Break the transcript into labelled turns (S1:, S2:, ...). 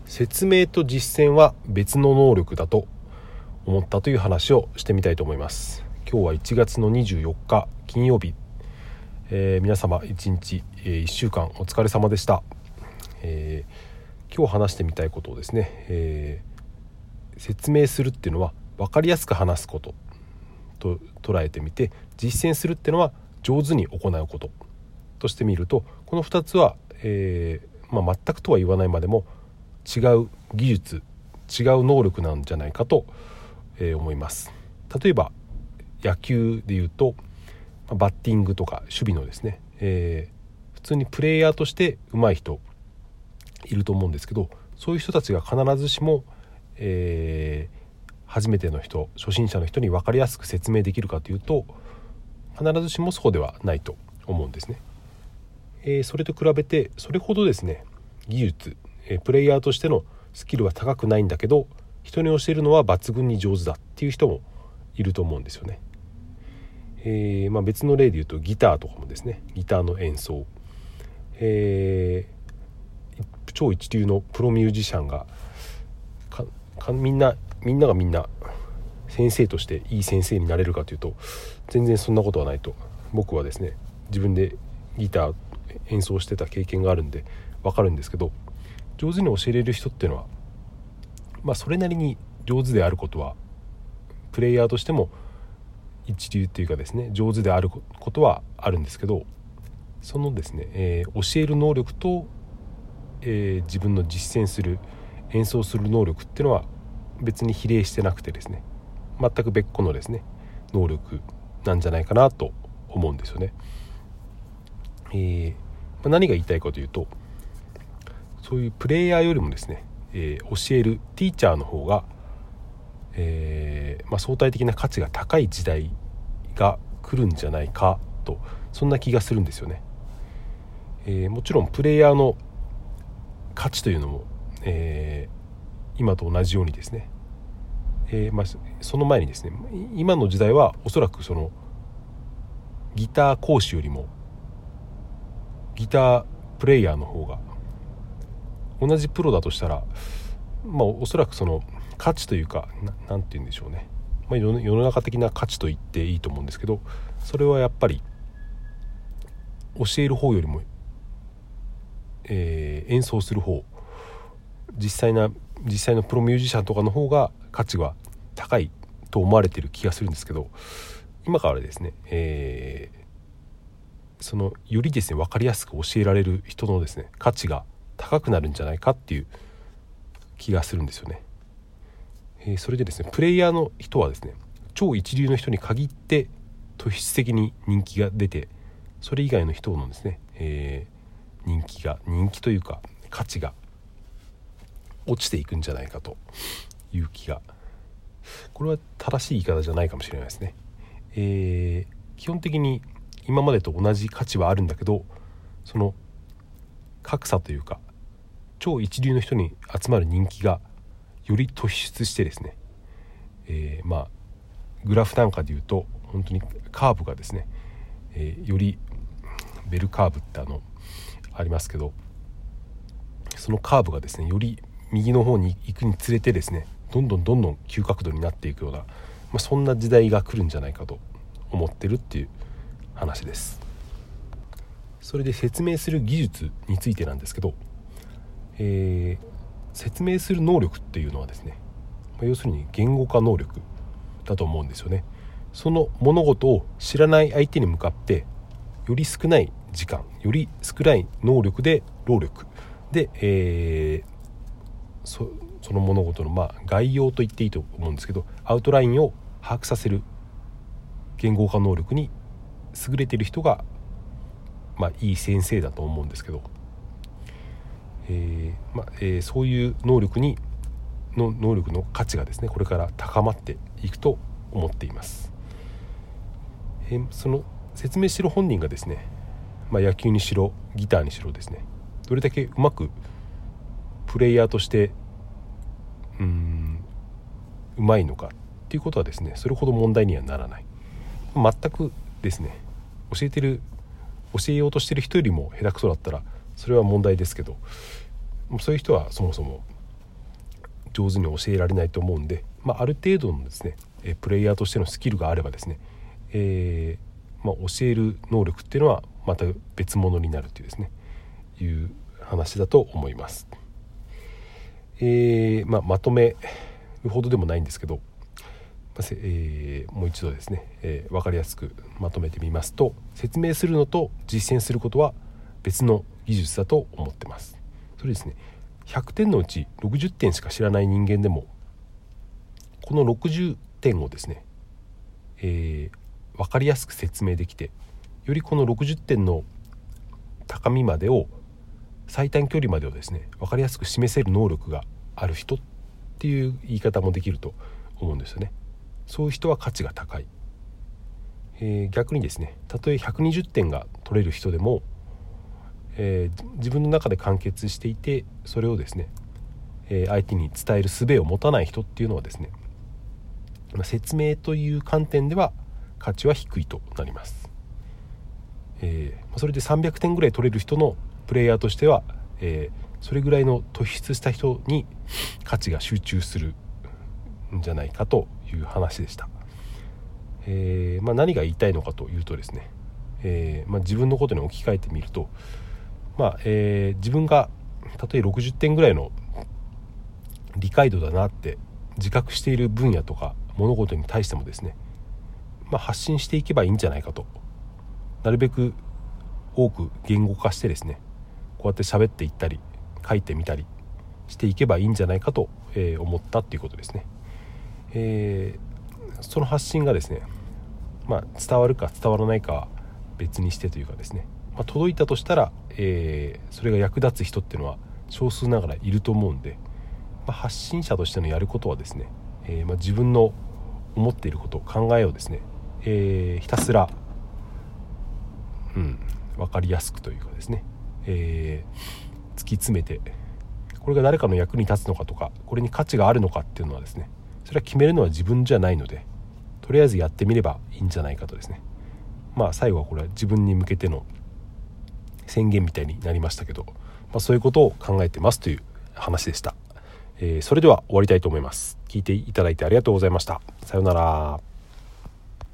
S1: 説明と実践は別の能力だと思ったという話をしてみたいと思います。今日は1月の24日金曜日、皆様1日、1週間お疲れ様でした。今日話してみたいことをですね、説明するっていうのは分かりやすく話すことと捉えてみて、実践するっていうのは上手に行うこととしてみると、この2つは、全くとは言わないまでも違う技術、違う能力なんじゃないかと、思います。例えば野球でいうとバッティングとか守備のですね、普通にプレイヤーとして上手い人いると思うんですけど、そういう人たちが必ずしも、初めての人、初心者の人に分かりやすく説明できるかというと、必ずしもそうではないと思うんですね。それと比べてそれほどですね、技術、プレイヤーとしてのスキルは高くないんだけど、人に教えるのは抜群に上手だっていう人もいると思うんですよね。別の例で言うとギターとかもですね、ギターの演奏、超一流のプロミュージシャンがみんながみんな先生としていい先生になれるかというと、全然そんなことはないと。僕はですね、自分でギター演奏してた経験があるんで分かるんですけど、上手に教えれる人っていうのは、それなりに上手であることは、プレイヤーとしても一流っていうかですね、上手であることはあるんですけど、そのですね、教える能力と、自分の実践する、演奏する能力っていうのは別に比例してなくてですね、全く別個のですね能力なんじゃないかなと思うんですよね。何が言いたいかというと、そういうプレイヤーよりもですね、教えるティーチャーの方が、相対的な価値が高い時代が来るんじゃないかと、そんな気がするんですよね。もちろんプレイヤーの価値というのも、今と同じようにですね、その前にですね、今の時代はおそらくそのギター講師よりもギタープレイヤーの方が、同じプロだとしたら、おそらくその価値というか、なんて言うんでしょうね、世の中的な価値と言っていいと思うんですけど、それはやっぱり教える方よりも、演奏する方、実際のプロミュージシャンとかの方が価値は高いと思われている気がするんですけど、今からですね、そのよりですね分かりやすく教えられる人のですね価値が高くなるんじゃないかっていう気がするんですよね。それでですね、プレイヤーの人はですね、超一流の人に限って突出的に人気が出て、それ以外の人のですね、人気というか価値が落ちていくんじゃないかという気が、これは正しい言い方じゃないかもしれないですね。基本的に今までと同じ価値はあるんだけど、その格差というか超一流の人に集まる人気がより突出してですね、グラフなんかでいうと本当にカーブがですね、よりベルカーブってありますけど、そのカーブがですねより右の方に行くにつれてですね、どんどん急角度になっていくような、そんな時代が来るんじゃないかと思ってるっていう話です。それで説明する技術についてなんですけど、説明する能力っていうのはですね、要するに言語化能力だと思うんですよね。その物事を知らない相手に向かって、より少ない時間、より少ない労力で、その物事の概要と言っていいと思うんですけど、アウトラインを把握させる言語化能力に優れている人が、いい先生だと思うんですけど、そういう能力の価値がですね、これから高まっていくと思っています。その説明している本人がですね、野球にしろギターにしろですね、どれだけうまくプレイヤーとしてうまいのかっていうことはですね、それほど問題にはならない。全くですね、教えようとしている人よりも下手くそだったらそれは問題ですけど、そういう人はそもそも上手に教えられないと思うんで、ある程度のですねプレイヤーとしてのスキルがあればですね、教える能力っていうのはまた別物になるっていうですねいう話だと思います。まとめるほどでもないんですけど、もう一度ですね、分かりやすくまとめてみますと、説明するのと実践することは別の技術だと思ってます。それですね、100点のうち60点しか知らない人間でもこの60点をですね、分かりやすく説明できて、よりこの60点の高みまでを最短距離までをですね分かりやすく示せる能力がある人っていう言い方もできると思うんですよね。そういう人は価値が高い。逆にですね、たとえ120点が取れる人でも、自分の中で完結していてそれをですね、相手に伝える術を持たない人っていうのはですね、説明という観点では価値は低いとなります。それで300点ぐらい取れる人のプレイヤーとしては、それぐらいの突出した人に価値が集中するんじゃないかという話でした。何が言いたいのかというとですね、自分のことに置き換えてみると、自分がたとえ60点ぐらいの理解度だなって自覚している分野とか物事に対してもですね、発信していけばいいんじゃないかと、なるべく多く言語化してですね、こうやって喋っていったり書いてみたりしていけばいいんじゃないかと、思ったっていうことですね。その発信がですね、伝わるか伝わらないかは別にしてというかですね、届いたとしたら、それが役立つ人っていうのは少数ながらいると思うんで、発信者としてのやることはですね、自分の思っていること考えをですね、ひたすら、分かりやすくというかですね、突き詰めて、これが誰かの役に立つのかとか、これに価値があるのかっていうのはですね、それは決めるのは自分じゃないので、とりあえずやってみればいいんじゃないかとですね、最後はこれは自分に向けての宣言みたいになりましたけど、そういうことを考えてますという話でした。それでは終わりたいと思います。聞いていただいてありがとうございました。さようなら。